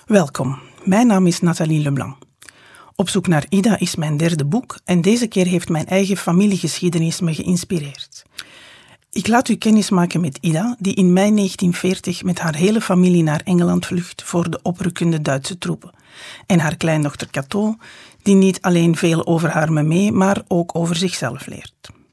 Welkom, mijn naam is Nathalie Leblanc. Op zoek naar Ida is mijn derde boek en deze keer heeft mijn eigen familiegeschiedenis me geïnspireerd. Ik laat u kennis maken met Ida, die in mei 1940 met haar hele familie naar Engeland vlucht voor de oprukkende Duitse troepen. En haar kleindochter Cato, die niet alleen veel over haar memee, maar ook over zichzelf leert.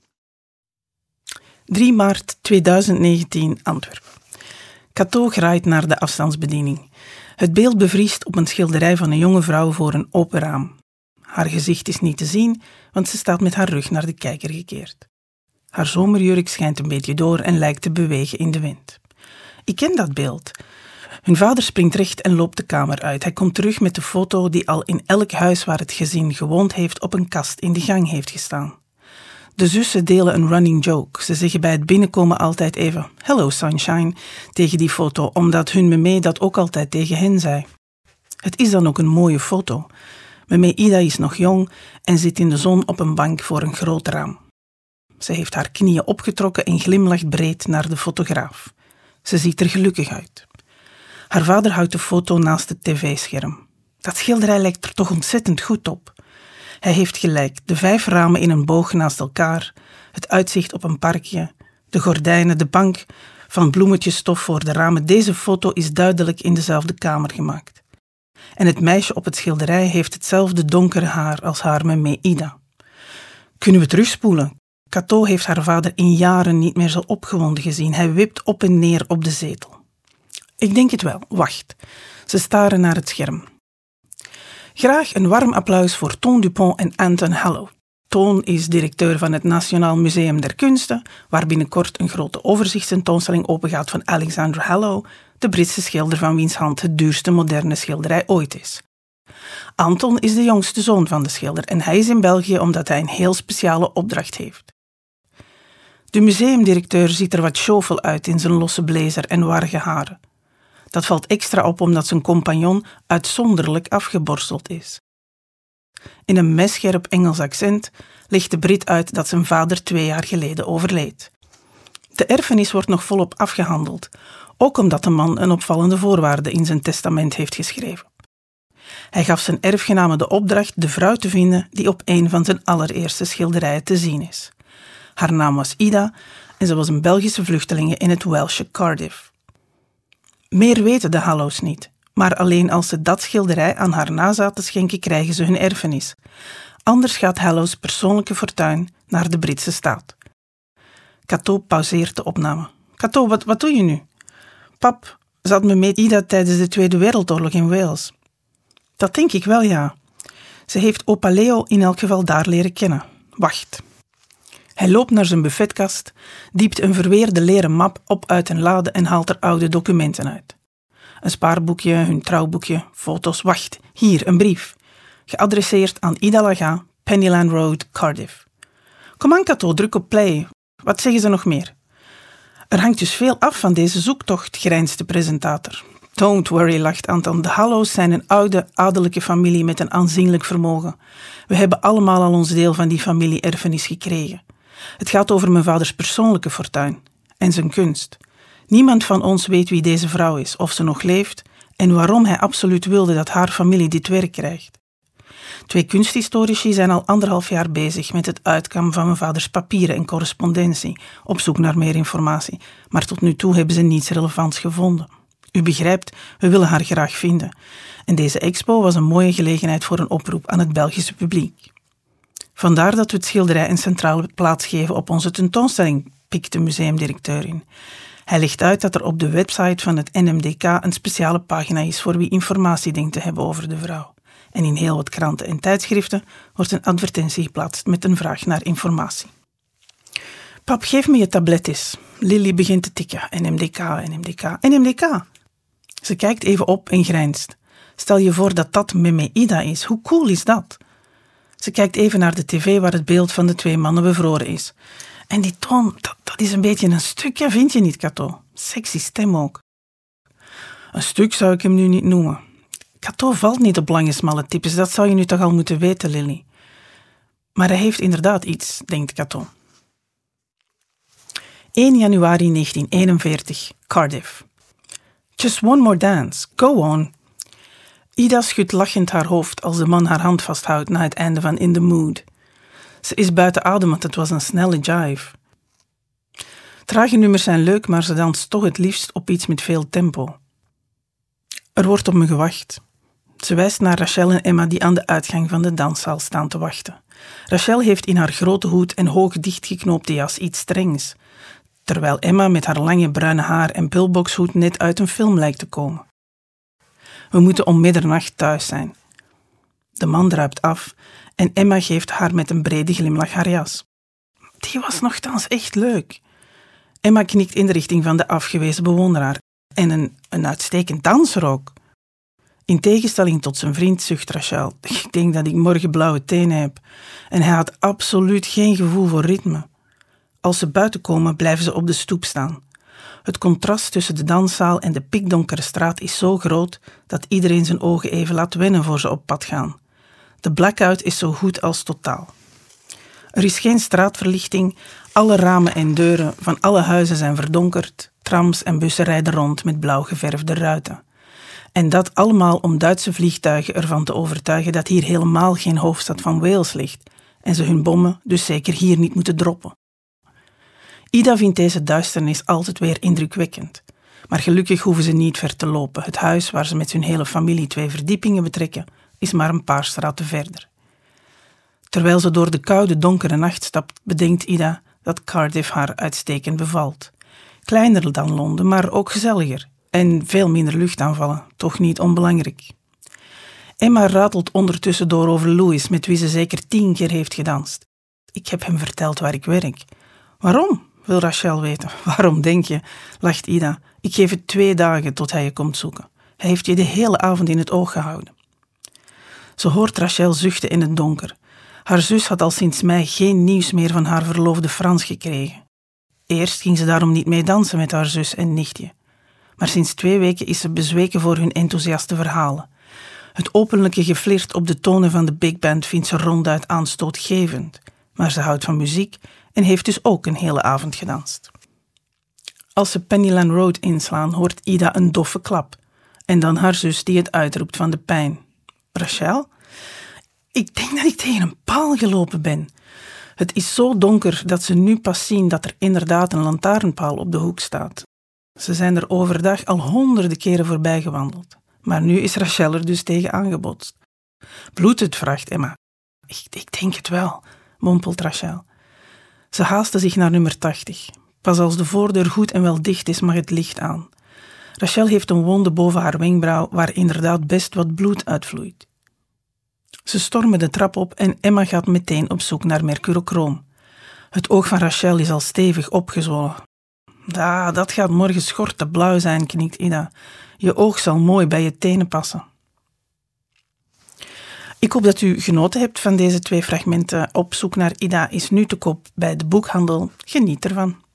3 maart 2019, Antwerpen. Cato graait naar de afstandsbediening. Het beeld bevriest op een schilderij van een jonge vrouw voor een open raam. Haar gezicht is niet te zien, want ze staat met haar rug naar de kijker gekeerd. Haar zomerjurk schijnt een beetje door en lijkt te bewegen in de wind. Ik ken dat beeld. Hun vader springt recht en loopt de kamer uit. Hij komt terug met de foto die al in elk huis waar het gezin gewoond heeft op een kast in de gang heeft gestaan. De zussen delen een running joke. Ze zeggen bij het binnenkomen altijd even "Hello sunshine" tegen die foto, omdat hun memee dat ook altijd tegen hen zei. Het is dan ook een mooie foto. Memee Ida is nog jong en zit in de zon op een bank voor een groot raam. Ze heeft haar knieën opgetrokken en glimlacht breed naar de fotograaf. Ze ziet er gelukkig uit. Haar vader houdt de foto naast het tv-scherm. Dat schilderij lijkt er toch ontzettend goed op. Hij heeft gelijk, de 5 ramen in een boog naast elkaar, het uitzicht op een parkje, de gordijnen, de bank van bloemetjesstof voor de ramen. Deze foto is duidelijk in dezelfde kamer gemaakt. En het meisje op het schilderij heeft hetzelfde donkere haar als haar memee Ida. Kunnen we terugspoelen? Cato heeft haar vader in jaren niet meer zo opgewonden gezien. Hij wipt op en neer op de zetel. Ik denk het wel. Wacht. Ze staren naar het scherm. Graag een warm applaus voor Toon Dupont en Anton Hallow. Toon is directeur van het Nationaal Museum der Kunsten, waar binnenkort een grote overzichtstentoonstelling opengaat van Alexander Hallow, de Britse schilder van wiens hand het duurste moderne schilderij ooit is. Anton is de jongste zoon van de schilder en hij is in België omdat hij een heel speciale opdracht heeft. De museumdirecteur ziet er wat chauffeur uit in zijn losse blazer en warrige haren. Dat valt extra op omdat zijn compagnon uitzonderlijk afgeborsteld is. In een messcherp Engels accent legt de Brit uit dat zijn vader 2 jaar geleden overleed. De erfenis wordt nog volop afgehandeld, ook omdat de man een opvallende voorwaarde in zijn testament heeft geschreven. Hij gaf zijn erfgenamen de opdracht de vrouw te vinden die op een van zijn allereerste schilderijen te zien is. Haar naam was Ida en ze was een Belgische vluchtelinge in het Welsche Cardiff. Meer weten de Hallows niet, maar alleen als ze dat schilderij aan haar nazaten schenken krijgen ze hun erfenis. Anders gaat Hallows persoonlijke fortuin naar de Britse staat. Cato pauzeert de opname. Cato, wat doe je nu? Pap, zat me met Ida tijdens de Tweede Wereldoorlog in Wales. Dat denk ik wel, ja. Ze heeft opa Leo in elk geval daar leren kennen. Wacht. Hij loopt naar zijn buffetkast, diept een verweerde leren map op uit een lade en haalt er oude documenten uit. Een spaarboekje, hun trouwboekje, foto's. Wacht, hier, een brief. Geadresseerd aan Ida Laga, Pennyland Road, Cardiff. Kom aan, Cato, druk op play. Wat zeggen ze nog meer? Er hangt dus veel af van deze zoektocht, grijnst de presentator. Don't worry, lacht Anton. De Hallows zijn een oude, adellijke familie met een aanzienlijk vermogen. We hebben allemaal al ons deel van die familie-erfenis gekregen. Het gaat over mijn vaders persoonlijke fortuin en zijn kunst. Niemand van ons weet wie deze vrouw is, of ze nog leeft en waarom hij absoluut wilde dat haar familie dit werk krijgt. 2 kunsthistorici zijn al 1,5 jaar bezig met het uitkammen van mijn vaders papieren en correspondentie, op zoek naar meer informatie, maar tot nu toe hebben ze niets relevants gevonden. U begrijpt, we willen haar graag vinden. En deze expo was een mooie gelegenheid voor een oproep aan het Belgische publiek. Vandaar dat we het schilderij een centrale plaats geven op onze tentoonstelling, pikt de museumdirecteur in. Hij legt uit dat er op de website van het NMDK een speciale pagina is voor wie informatie denkt te hebben over de vrouw. En in heel wat kranten en tijdschriften wordt een advertentie geplaatst met een vraag naar informatie. Pap, geef me je tablet eens. Lily begint te tikken. NMDK. Ze kijkt even op en grijnst. Stel je voor dat dat memee Ida is. Hoe cool is dat? Ze kijkt even naar de tv waar het beeld van de 2 mannen bevroren is. En die toon, dat is een beetje een stukje, vind je niet, Cato? Sexy stem ook. Een stuk zou ik hem nu niet noemen. Cato valt niet op lange, smalle types, dat zou je nu toch al moeten weten, Lily. Maar hij heeft inderdaad iets, denkt Cato. 1 januari 1941, Cardiff. Just one more dance, go on. Ida schudt lachend haar hoofd als de man haar hand vasthoudt na het einde van In the Mood. Ze is buiten adem, want het was een snelle jive. Trage nummers zijn leuk, maar ze danst toch het liefst op iets met veel tempo. Er wordt op me gewacht. Ze wijst naar Rachel en Emma die aan de uitgang van de danszaal staan te wachten. Rachel heeft in haar grote hoed en hoog dichtgeknoopte jas iets strengs, terwijl Emma met haar lange bruine haar en pulboxhoed net uit een film lijkt te komen. We moeten om middernacht thuis zijn. De man druipt af en Emma geeft haar met een brede glimlach haar jas. Die was nochtans echt leuk. Emma knikt in de richting van de afgewezen bewonderaar. En een uitstekend danser ook. In tegenstelling tot zijn vriend zucht Rachel. Ik denk dat ik morgen blauwe tenen heb. En hij had absoluut geen gevoel voor ritme. Als ze buiten komen, blijven ze op de stoep staan. Het contrast tussen de danszaal en de pikdonkere straat is zo groot dat iedereen zijn ogen even laat wennen voor ze op pad gaan. De blackout is zo goed als totaal. Er is geen straatverlichting, alle ramen en deuren van alle huizen zijn verdonkerd, trams en bussen rijden rond met blauw geverfde ruiten. En dat allemaal om Duitse vliegtuigen ervan te overtuigen dat hier helemaal geen hoofdstad van Wales ligt en ze hun bommen dus zeker hier niet moeten droppen. Ida vindt deze duisternis altijd weer indrukwekkend. Maar gelukkig hoeven ze niet ver te lopen. Het huis waar ze met hun hele familie 2 verdiepingen betrekken, is maar een paar straten verder. Terwijl ze door de koude, donkere nacht stapt, bedenkt Ida dat Cardiff haar uitstekend bevalt. Kleiner dan Londen, maar ook gezelliger. En veel minder luchtaanvallen, toch niet onbelangrijk. Emma ratelt ondertussen door over Louis, met wie ze zeker 10 keer heeft gedanst. Ik heb hem verteld waar ik werk. Waarom? Wil Rachel weten. Waarom denk je? Lacht Ida. Ik geef het 2 dagen tot hij je komt zoeken. Hij heeft je de hele avond in het oog gehouden. Ze hoort Rachel zuchten in het donker. Haar zus had al sinds mei geen nieuws meer van haar verloofde Frans gekregen. Eerst ging ze daarom niet mee dansen met haar zus en nichtje. Maar sinds 2 weken is ze bezweken voor hun enthousiaste verhalen. Het openlijke geflirt op de tonen van de big band vindt ze ronduit aanstootgevend. Maar ze houdt van muziek en heeft dus ook een hele avond gedanst. Als ze Penny Lane Road inslaan, hoort Ida een doffe klap. En dan haar zus die het uitroept van de pijn. Rachel? Ik denk dat ik tegen een paal gelopen ben. Het is zo donker dat ze nu pas zien dat er inderdaad een lantaarnpaal op de hoek staat. Ze zijn er overdag al honderden keren voorbij gewandeld. Maar nu is Rachel er dus tegen aangebotst. Bloedt het, vraagt Emma. Ik denk het wel, mompelt Rachel. Ze haastte zich naar nummer 80. Pas als de voordeur goed en wel dicht is, mag het licht aan. Rachel heeft een wonde boven haar wenkbrauw waar inderdaad best wat bloed uitvloeit. Ze stormen de trap op en Emma gaat meteen op zoek naar mercurochroom. Het oog van Rachel is al stevig opgezwollen. Dat gaat morgen schorteblauw zijn, knikt Ida. Je oog zal mooi bij je tenen passen. Ik hoop dat u genoten hebt van deze 2 fragmenten. Op zoek naar Ida is nu te koop bij de boekhandel. Geniet ervan.